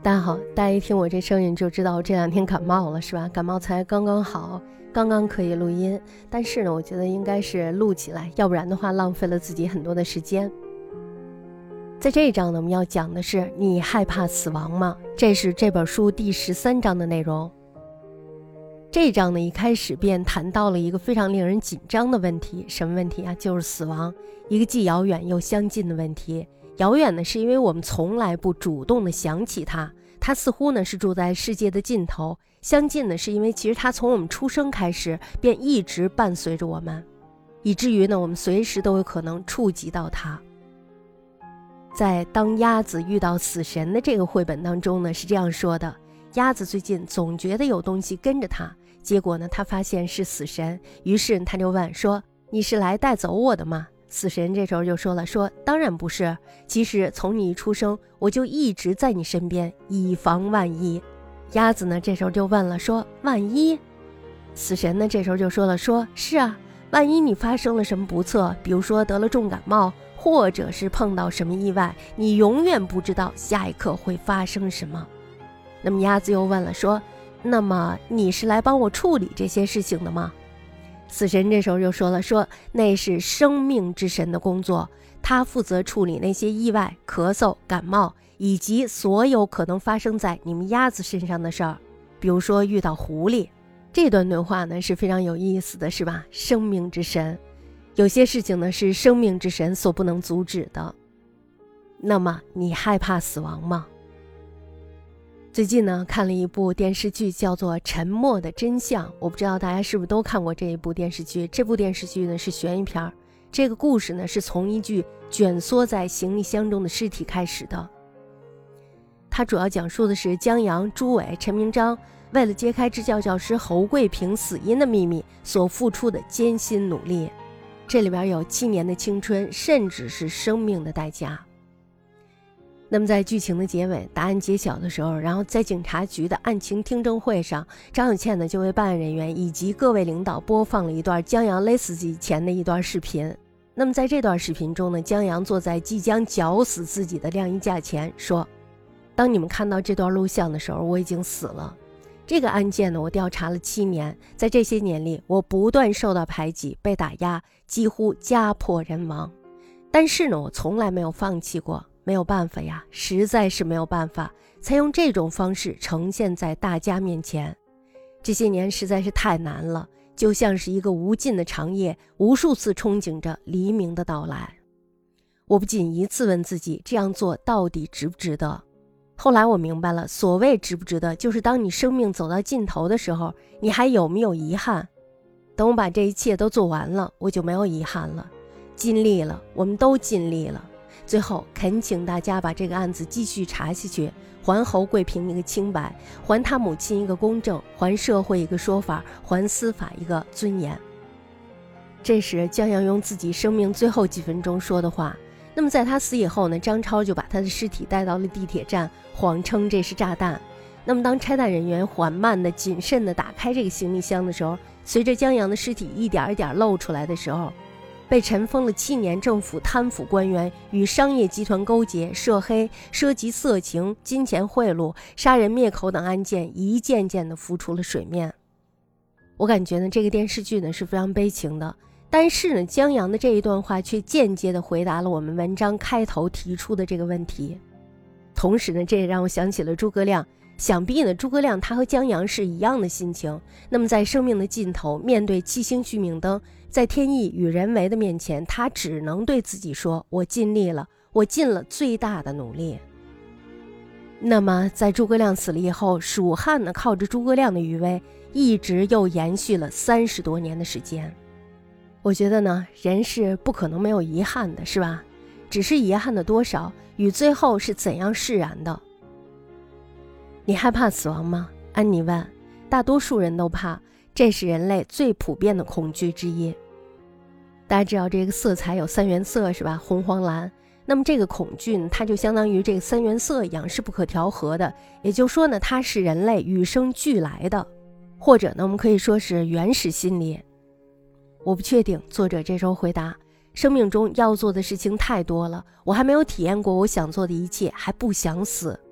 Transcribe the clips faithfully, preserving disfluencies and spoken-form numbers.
大家好，大家一听我这声音就知道我这两天感冒了，是吧？感冒才刚刚好，刚刚可以录音，但是呢，我觉得应该是录起来，要不然的话浪费了自己很多的时间。在这一章呢，我们要讲的是你害怕死亡吗？这是这本书第十三章的内容。这一章呢，一开始便谈到了一个非常令人紧张的问题，什么问题啊？就是死亡，一个既遥远又相近的问题。遥远呢，是因为我们从来不主动的想起它，它似乎呢是住在世界的尽头；相近呢，是因为其实它从我们出生开始便一直伴随着我们，以至于呢我们随时都有可能触及到它。在当鸭子遇到死神的这个绘本当中呢，是这样说的：鸭子最近总觉得有东西跟着它，结果呢他发现是死神，于是他就问说：你是来带走我的吗？死神这时候就说了，说当然不是，其实从你一出生我就一直在你身边，以防万一。鸭子呢这时候就问了，说万一？死神呢这时候就说了，说是啊，万一你发生了什么不测，比如说得了重感冒，或者是碰到什么意外，你永远不知道下一刻会发生什么。那么鸭子又问了，说那么你是来帮我处理这些事情的吗？死神这时候就说了，说那是生命之神的工作，他负责处理那些意外、咳嗽、感冒，以及所有可能发生在你们鸭子身上的事儿，比如说遇到狐狸。这段对话呢是非常有意思的，是吧？生命之神，有些事情呢是生命之神所不能阻止的。那么你害怕死亡吗？最近呢看了一部电视剧，叫做《沉默的真相》，我不知道大家是不是都看过这一部电视剧。这部电视剧呢是悬疑片，这个故事呢是从一具蜷缩在行李箱中的尸体开始的。它主要讲述的是江阳、朱伟、陈明章为了揭开支教教师侯桂平死因的秘密所付出的艰辛努力，这里边有七年的青春，甚至是生命的代价。那么在剧情的结尾，答案揭晓的时候，然后在警察局的案情听证会上，张有倩呢就为办案人员以及各位领导播放了一段江阳勒死自己前的一段视频。那么在这段视频中呢，江阳坐在即将绞死自己的晾衣架前说，当你们看到这段录像的时候，我已经死了。这个案件呢我调查了七年，在这些年里我不断受到排挤，被打压，几乎家破人亡，但是呢我从来没有放弃过。没有办法呀，实在是没有办法，才用这种方式呈现在大家面前。这些年实在是太难了，就像是一个无尽的长夜，无数次憧憬着黎明的到来。我不仅一次问自己，这样做到底值不值得？后来我明白了，所谓值不值得，就是当你生命走到尽头的时候，你还有没有遗憾？等我把这一切都做完了，我就没有遗憾了。尽力了，我们都尽力了。最后恳请大家把这个案子继续查下去，还侯桂平一个清白，还他母亲一个公正，还社会一个说法，还司法一个尊严。这是江阳用自己生命最后几分钟说的话。那么在他死以后呢，张超就把他的尸体带到了地铁站，谎称这是炸弹。那么当拆弹人员缓慢的谨慎的打开这个行李箱的时候，随着江阳的尸体一点一点露出来的时候，被尘封了七年政府贪腐官员与商业集团勾结、涉黑、涉及色情、金钱贿赂、杀人灭口等案件一件件的浮出了水面。我感觉呢，这个电视剧呢是非常悲情的，但是呢，江阳的这一段话却间接的回答了我们文章开头提出的这个问题。同时呢，这也让我想起了诸葛亮。想必呢，诸葛亮他和江阳是一样的心情。那么在生命的尽头，面对七星续命灯，在天意与人为的面前，他只能对自己说，我尽力了，我尽了最大的努力。那么在诸葛亮死了以后，蜀汉呢靠着诸葛亮的余威，一直又延续了三十多年的时间。我觉得呢，人是不可能没有遗憾的，是吧？只是遗憾的多少与最后是怎样释然的。你害怕死亡吗？安妮问。大多数人都怕，这是人类最普遍的恐惧之一。大家知道这个色彩有三原色，是吧？红黄蓝。那么这个恐惧呢，它就相当于这个三原色一样，是不可调和的。也就是说呢，它是人类与生俱来的，或者呢我们可以说是原始心理。我不确定，作者这时候回答，生命中要做的事情太多了，我还没有体验过我想做的一切，还不想死。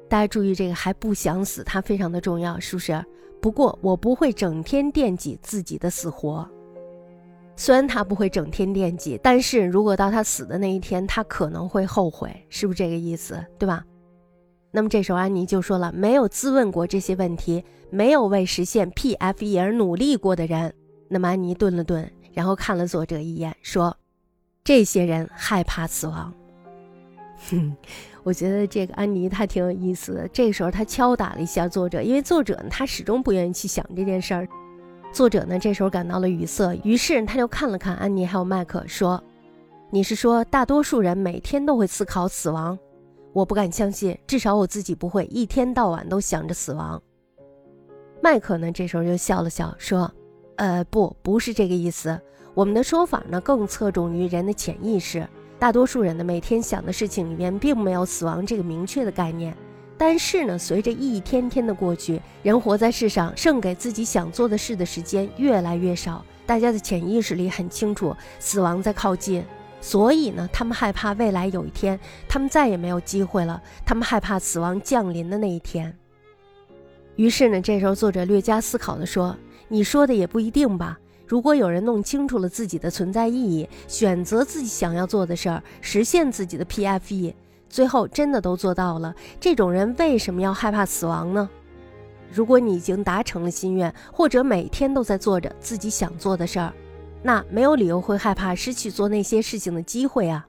大家注意这个还不想死，它非常的重要，是不是？不过我不会整天惦记自己的死活。虽然他不会整天惦记，但是如果到他死的那一天，他可能会后悔，是不是这个意思，对吧？那么这时候安妮就说了，没有自问过这些问题，没有为实现 P F E 而努力过的人。那么安妮顿了顿，然后看了作者一眼，说，这些人害怕死亡。哼，我觉得这个安妮她挺有意思的，这个时候她敲打了一下作者，因为作者他始终不愿意去想这件事儿。作者呢这时候感到了语塞，于是他就看了看安妮还有麦克，说，你是说大多数人每天都会思考死亡？我不敢相信，至少我自己不会一天到晚都想着死亡。麦克呢这时候就笑了笑，说，呃不不是这个意思，我们的说法呢更侧重于人的潜意识，大多数人呢每天想的事情里面并没有死亡这个明确的概念，但是呢随着一天天的过去，人活在世上剩给自己想做的事的时间越来越少，大家的潜意识里很清楚死亡在靠近，所以呢他们害怕未来有一天他们再也没有机会了，他们害怕死亡降临的那一天。于是呢这时候作者略加思考地说，你说的也不一定吧，如果有人弄清楚了自己的存在意义，选择自己想要做的事儿，实现自己的 P F E， 最后真的都做到了，这种人为什么要害怕死亡呢？如果你已经达成了心愿，或者每天都在做着自己想做的事儿，那没有理由会害怕失去做那些事情的机会啊。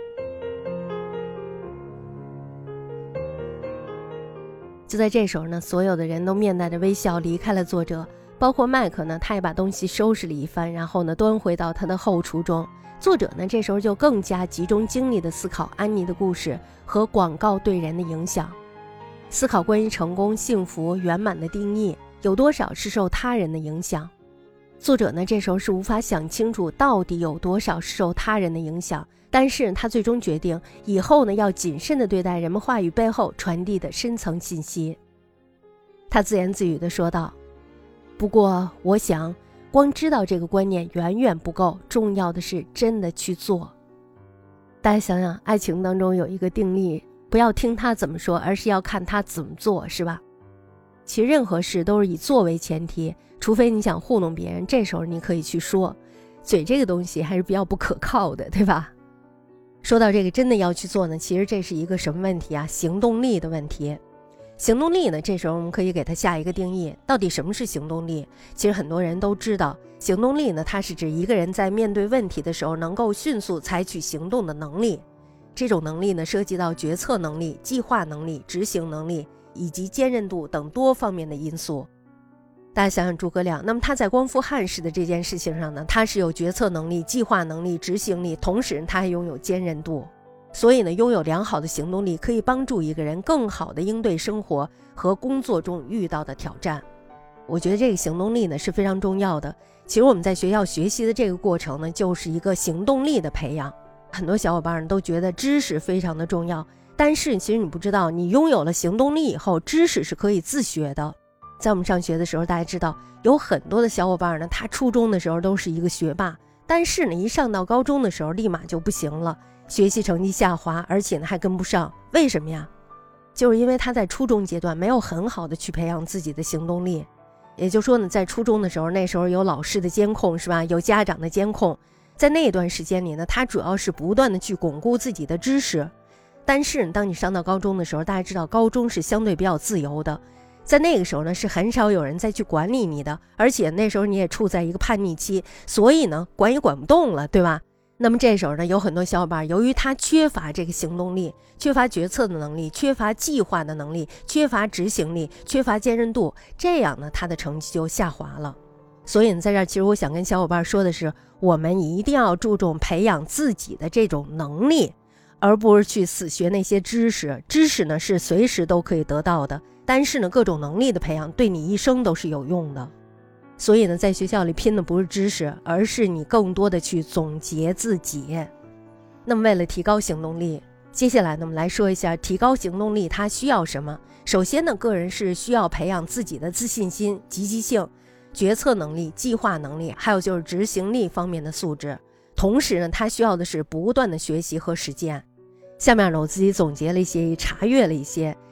就在这时候呢，所有的人都面带着微笑离开了作者，包括麦克呢，他也把东西收拾了一番，然后呢端回到他的后厨中。作者呢这时候就更加集中精力的思考安妮的故事和广告对人的影响，思考关于成功、幸福、圆满的定义有多少是受他人的影响。作者呢这时候是无法想清楚到底有多少是受他人的影响，但是他最终决定以后呢要谨慎地对待人们话语背后传递的深层信息。他自言自语地说道，不过我想光知道这个观念远远不够，重要的是真的去做。大家想想，爱情当中有一个定律，不要听他怎么说，而是要看他怎么做，是吧？其实任何事都是以做为前提，除非你想糊弄别人，这时候你可以去说，嘴这个东西还是比较不可靠的，对吧？说到这个真的要去做呢，其实这是一个什么问题啊？行动力的问题。行动力呢，这时候我们可以给它下一个定义，到底什么是行动力？其实很多人都知道，行动力呢，它是指一个人在面对问题的时候能够迅速采取行动的能力。这种能力呢，涉及到决策能力、计划能力、执行能力以及坚韧度等多方面的因素。大家想想诸葛亮，那么他在光复汉室的这件事情上呢，他是有决策能力、计划能力、执行力，同时他还拥有坚韧度。所以呢，拥有良好的行动力可以帮助一个人更好地应对生活和工作中遇到的挑战。我觉得这个行动力呢是非常重要的。其实我们在学校学习的这个过程呢，就是一个行动力的培养。很多小伙伴都觉得知识非常的重要，但是其实你不知道，你拥有了行动力以后，知识是可以自学的。在我们上学的时候，大家知道有很多的小伙伴呢，他初中的时候都是一个学霸，但是呢，一上到高中的时候，立马就不行了。学习成绩下滑，而且呢还跟不上，为什么呀？就是因为他在初中阶段没有很好的去培养自己的行动力。也就是说呢，在初中的时候，那时候有老师的监控，是吧？有家长的监控，在那段时间里呢，他主要是不断的去巩固自己的知识。但是当你上到高中的时候，大家知道高中是相对比较自由的，在那个时候呢，是很少有人再去管理你的，而且那时候你也处在一个叛逆期，所以呢，管也管不动了，对吧？那么这时候呢，有很多小伙伴由于他缺乏这个行动力，缺乏决策的能力，缺乏计划的能力，缺乏执行力，缺乏坚韧度，这样呢，他的成绩就下滑了。所以呢，在这儿其实我想跟小伙伴说的是，我们一定要注重培养自己的这种能力，而不是去死学那些知识。知识呢是随时都可以得到的，但是呢，各种能力的培养对你一生都是有用的。所以呢，在学校里拼的不是知识，而是你更多的去总结自己。那么为了提高行动力，接下来呢，我们来说一下提高行动力它需要什么。首先呢，个人是需要培养自己的自信心、积极性、决策能力、计划能力，还有就是执行力方面的素质。同时呢，他需要的是不断的学习和实践。下面呢，我自己总结了一些，查阅了一些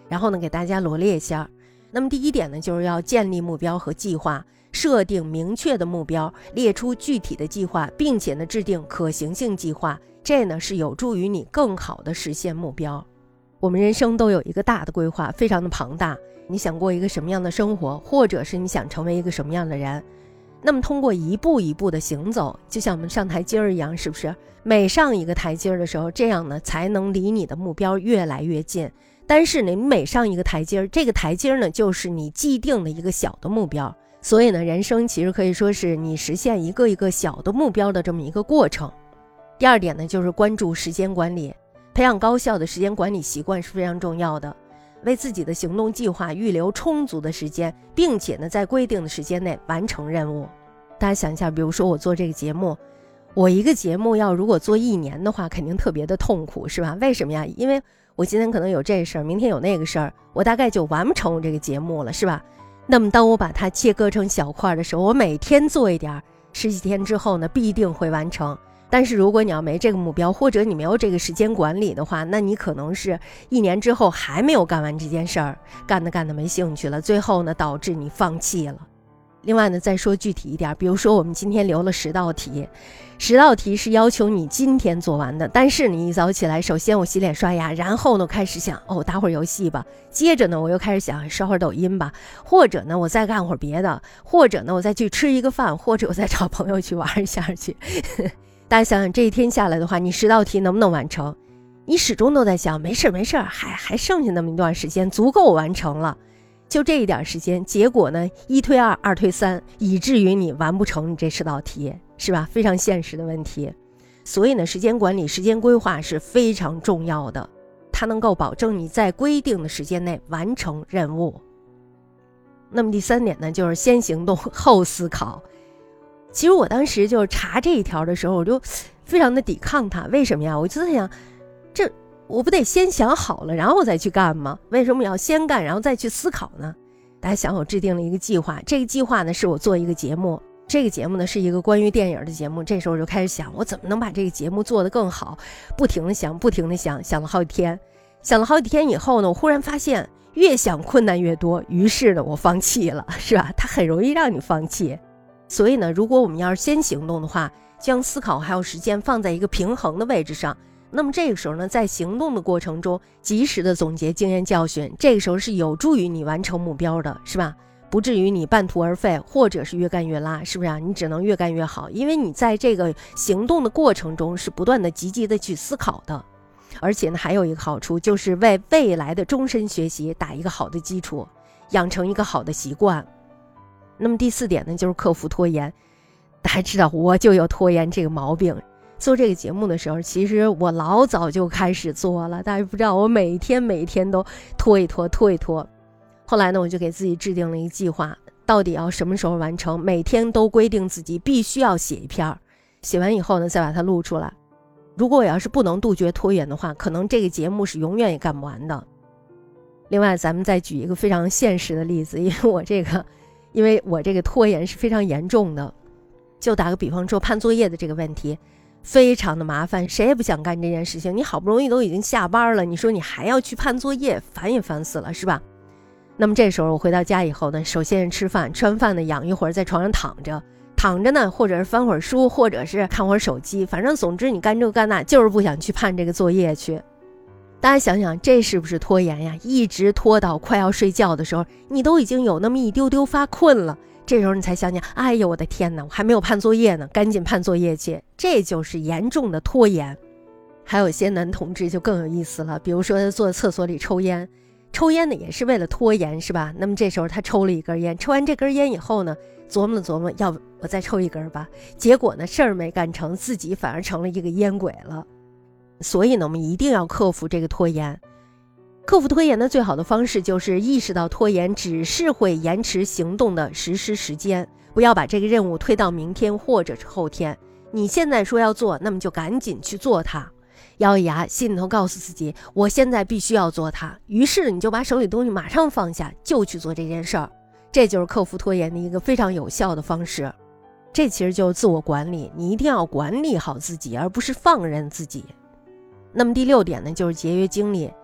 然后呢，给大家罗列一下。那么第一点呢，就是要建立目标和计划，设定明确的目标，列出具体的计划，并且呢，制定可行性计划，这呢是有助于你更好的实现目标。我们人生都有一个大的规划，非常的庞大。你想过一个什么样的生活，或者是你想成为一个什么样的人，那么通过一步一步的行走，就像我们上台阶儿一样，是不是每上一个台阶儿的时候，这样呢才能离你的目标越来越近。但是呢，你每上一个台阶儿，这个台阶儿呢就是你既定的一个小的目标，所以呢，人生其实可以说是你实现一个一个小的目标的这么一个过程。第二点呢，就是关注时间管理，培养高效的时间管理习惯是非常重要的，为自己的行动计划预留充足的时间，并且呢，在规定的时间内完成任务。大家想一下，比如说我做这个节目，我一个节目要如果做一年的话，肯定特别的痛苦，是吧？为什么呀？因为我今天可能有这事儿，明天有那个事儿，我大概就完不成我这个节目了，是吧？那么当我把它切割成小块的时候，我每天做一点，十几天之后呢，必定会完成。但是如果你要没这个目标，或者你没有这个时间管理的话，那你可能是一年之后还没有干完这件事儿，干的干的没兴趣了，最后呢导致你放弃了。另外呢，再说具体一点，比如说我们今天留了十道题，十道题是要求你今天做完的，但是你一早起来，首先我洗脸刷牙，然后呢开始想，哦，打会儿游戏吧，接着呢我又开始想刷会儿抖音吧，或者呢我再干会儿别的，或者呢我再去吃一个饭，或者我再找朋友去玩一下去。大家想想，这一天下来的话，你十道题能不能完成？你始终都在想，没事没事，还还剩下那么一段时间，足够完成了。就这一点时间，结果呢，一推二，二推三，以至于你完不成你这十道题，是吧？非常现实的问题。所以呢，时间管理、时间规划是非常重要的，它能够保证你在规定的时间内完成任务。那么第三点呢，就是先行动后思考。其实我当时就查这一条的时候，我就非常的抵抗它。为什么呀？我就在想，这我不得先想好了，然后我再去干吗？为什么要先干，然后再去思考呢？大家想，我制定了一个计划，这个计划呢是我做一个节目，这个节目呢是一个关于电影的节目。这时候我就开始想，我怎么能把这个节目做得更好？不停的想，不停的想，想了好几天，想了好几天以后呢，我忽然发现越想困难越多，于是呢我放弃了，是吧？它很容易让你放弃。所以呢，如果我们要是先行动的话，将思考还有时间放在一个平衡的位置上，那么这个时候呢，在行动的过程中及时的总结经验教训，这个时候是有助于你完成目标的，是吧？不至于你半途而废，或者是越干越拉，是不是啊？你只能越干越好，因为你在这个行动的过程中是不断的积极的去思考的。而且呢，还有一个好处，就是为未来的终身学习打一个好的基础，养成一个好的习惯。那么第四点呢，就是克服拖延。大家知道我就有拖延这个毛病，做这个节目的时候，其实我老早就开始做了，大家不知道我每天每天都拖一拖拖一拖。后来呢，我就给自己制定了一个计划，到底要什么时候完成，每天都规定自己必须要写一篇，写完以后呢再把它录出来。如果我要是不能杜绝拖延的话，可能这个节目是永远也干不完的。另外咱们再举一个非常现实的例子，因为我这个因为我这个拖延是非常严重的，就打个比方说判作业的这个问题，非常的麻烦，谁也不想干这件事情。你好不容易都已经下班了，你说你还要去判作业，烦也烦死了，是吧？那么这时候我回到家以后呢，首先是吃饭，吃完饭呢养一会儿，在床上躺着，躺着呢，或者是翻会儿书，或者是看会儿手机，反正总之你干这个干那，就是不想去判这个作业去。大家想想，这是不是拖延呀？一直拖到快要睡觉的时候，你都已经有那么一丢丢发困了，这时候你才想想，哎呦我的天哪，我还没有判作业呢，赶紧判作业去。这就是严重的拖延。还有些男同志就更有意思了，比如说他坐在厕所里抽烟，抽烟呢也是为了拖延，是吧？那么这时候他抽了一根烟，抽完这根烟以后呢，琢磨了琢磨，要不我再抽一根吧，结果呢事儿没干成，自己反而成了一个烟鬼了。所以呢，我们一定要克服这个拖延。克服拖延的最好的方式就是意识到拖延只是会延迟行动的实施时间，不要把这个任务推到明天或者是后天。你现在说要做，那么就赶紧去做它，咬牙心里头告诉自己，我现在必须要做它。于是你就把手里东西马上放下，就去做这件事儿。这就是克服拖延的一个非常有效的方式。这其实就是自我管理，你一定要管理好自己，而不是放任自己。那么第六点呢，就是节约精力。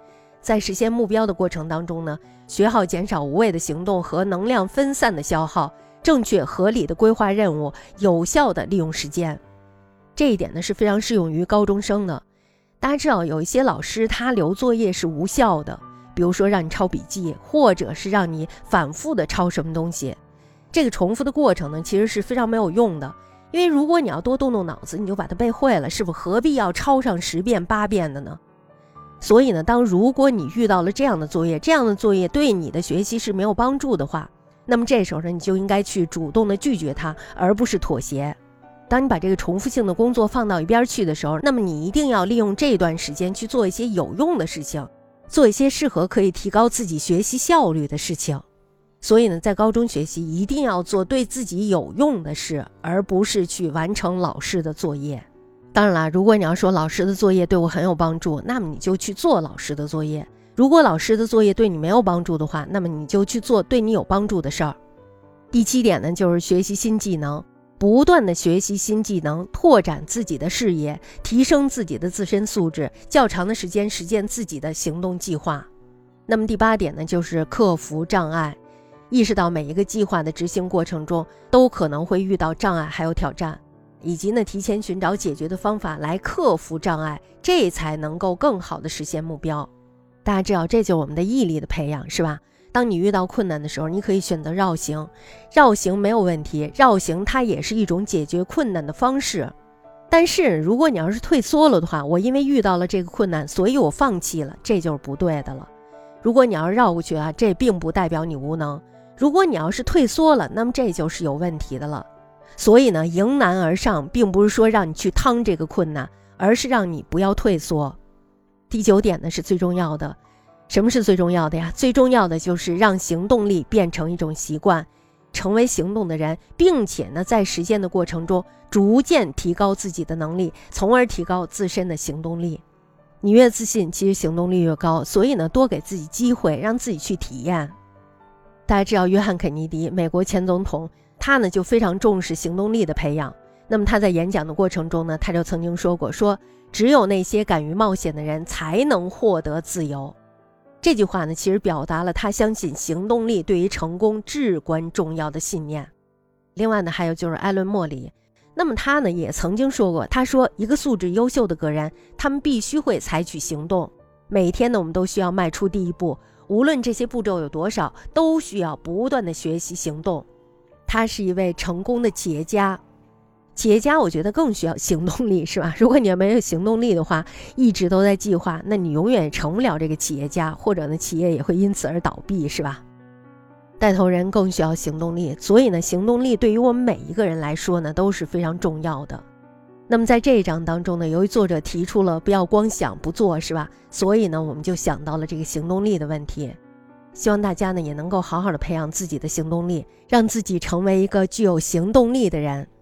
在实现目标的过程当中呢，学好减少无谓的行动和能量分散的消耗，正确合理的规划任务，有效的利用时间。这一点呢是非常适用于高中生的。大家知道有一些老师他留作业是无效的，比如说让你抄笔记，或者是让你反复的抄什么东西，这个重复的过程呢其实是非常没有用的。因为如果你要多动动脑子，你就把它背会了，是不何必要抄上十遍八遍的呢？所以呢，当如果你遇到了这样的作业，这样的作业对你的学习是没有帮助的话，那么这时候呢，你就应该去主动的拒绝它，而不是妥协。当你把这个重复性的工作放到一边去的时候，那么你一定要利用这段时间去做一些有用的事情，做一些适合可以提高自己学习效率的事情。所以呢，在高中学习一定要做对自己有用的事，而不是去完成老师的作业。当然啦，如果你要说老师的作业对我很有帮助，那么你就去做老师的作业。如果老师的作业对你没有帮助的话，那么你就去做对你有帮助的事儿。第七点呢，就是学习新技能，不断的学习新技能，拓展自己的视野，提升自己的自身素质，较长的时间实践自己的行动计划。那么第八点呢，就是克服障碍，意识到每一个计划的执行过程中都可能会遇到障碍还有挑战，以及呢提前寻找解决的方法来克服障碍，这才能够更好的实现目标。大家知道这就是我们的毅力的培养，是吧？当你遇到困难的时候，你可以选择绕行，绕行没有问题，绕行它也是一种解决困难的方式。但是如果你要是退缩了的话，我因为遇到了这个困难，所以我放弃了，这就是不对的了。如果你要是绕过去啊，这并不代表你无能。如果你要是退缩了，那么这就是有问题的了。所以呢，迎难而上并不是说让你去趟这个困难，而是让你不要退缩。第九点呢是最重要的。什么是最重要的呀？最重要的就是让行动力变成一种习惯，成为行动的人，并且呢在实践的过程中逐渐提高自己的能力，从而提高自身的行动力。你越自信，其实行动力越高，所以呢多给自己机会，让自己去体验。大家知道约翰肯尼迪，美国前总统，他呢就非常重视行动力的培养。那么他在演讲的过程中呢，他就曾经说过，说只有那些敢于冒险的人才能获得自由。这句话呢，其实表达了他相信行动力对于成功至关重要的信念。另外呢，还有就是艾伦·莫里，那么他呢也曾经说过，他说一个素质优秀的个人，他们必须会采取行动。每天呢，我们都需要迈出第一步，无论这些步骤有多少，都需要不断的学习行动。他是一位成功的企业家。企业家我觉得更需要行动力，是吧？如果你要没有行动力的话，一直都在计划，那你永远成不了这个企业家，或者呢企业也会因此而倒闭，是吧？带头人更需要行动力，所以呢行动力对于我们每一个人来说呢都是非常重要的。那么在这一章当中呢，由于作者提出了不要光想不做，是吧？所以呢我们就想到了这个行动力的问题。希望大家呢也能够好好的培养自己的行动力，让自己成为一个具有行动力的人。